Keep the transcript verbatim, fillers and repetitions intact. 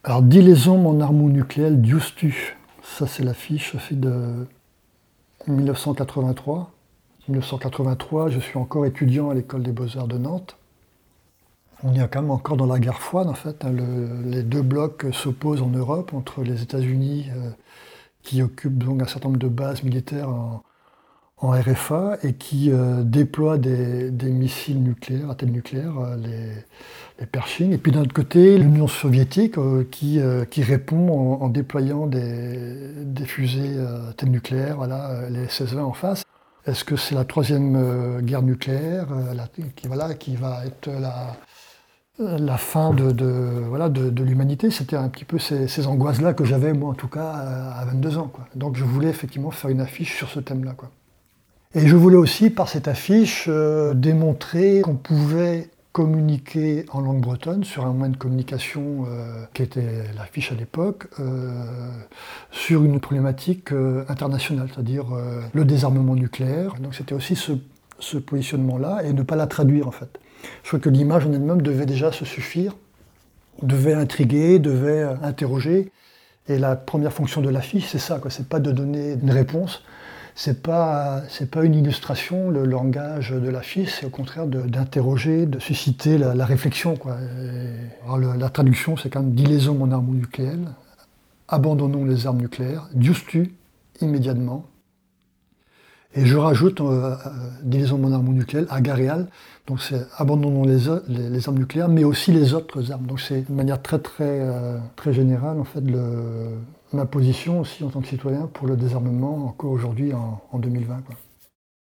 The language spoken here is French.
Alors, Dilaison, mon arme nucléaire, Diustu. Ça, c'est l'affiche, c'est de mille neuf cent quatre-vingt-trois. mille neuf cent quatre-vingt-trois, je suis encore étudiant à l'école des Beaux-Arts de Nantes. On est quand même encore dans la guerre froide, en fait. Le, les deux blocs s'opposent en Europe, entre les États-Unis, euh, qui occupent donc un certain nombre de bases militaires en, en R F A et qui euh, déploient des, des missiles nucléaires, à tête nucléaire, euh, les, les Pershing. Et puis d'un autre côté, l'Union soviétique euh, qui, euh, qui répond en, en déployant des, des fusées à tête nucléaire, voilà, les S S vingt en face. Est-ce que c'est la troisième euh, guerre nucléaire euh, la, qui, voilà, qui va être la, la fin de, de, voilà, de, de l'humanité? C'était un petit peu ces, ces angoisses-là que j'avais, moi en tout cas, à vingt-deux ans, quoi. Donc je voulais effectivement faire une affiche sur ce thème-là, quoi. Et je voulais aussi, par cette affiche, euh, démontrer qu'on pouvait communiquer en langue bretonne sur un moyen de communication euh, qui était l'affiche à l'époque, euh, sur une problématique euh, internationale, c'est-à-dire euh, le désarmement nucléaire. Donc c'était aussi ce, ce positionnement-là, et ne pas la traduire en fait. Je crois que l'image en elle-même devait déjà se suffire, devait intriguer, devait interroger. Et la première fonction de l'affiche, c'est ça, quoi. C'est pas de donner une réponse, c'est pas, c'est pas une illustration, le langage de l'affiche, c'est au contraire de, d'interroger, de susciter la, la réflexion, quoi. Et, alors le, la traduction, c'est quand même Dilaison, mon arme nucléaire, abandonnons les armes nucléaires, Diustu, immédiatement. Et je rajoute euh, Dilaison, mon arme nucléaire, Agaréal, donc c'est abandonnons les, les, les armes nucléaires, mais aussi les autres armes. Donc c'est de manière très très euh, très générale en fait le, ma position aussi en tant que citoyen pour le désarmement encore aujourd'hui en, en deux mille vingt, quoi.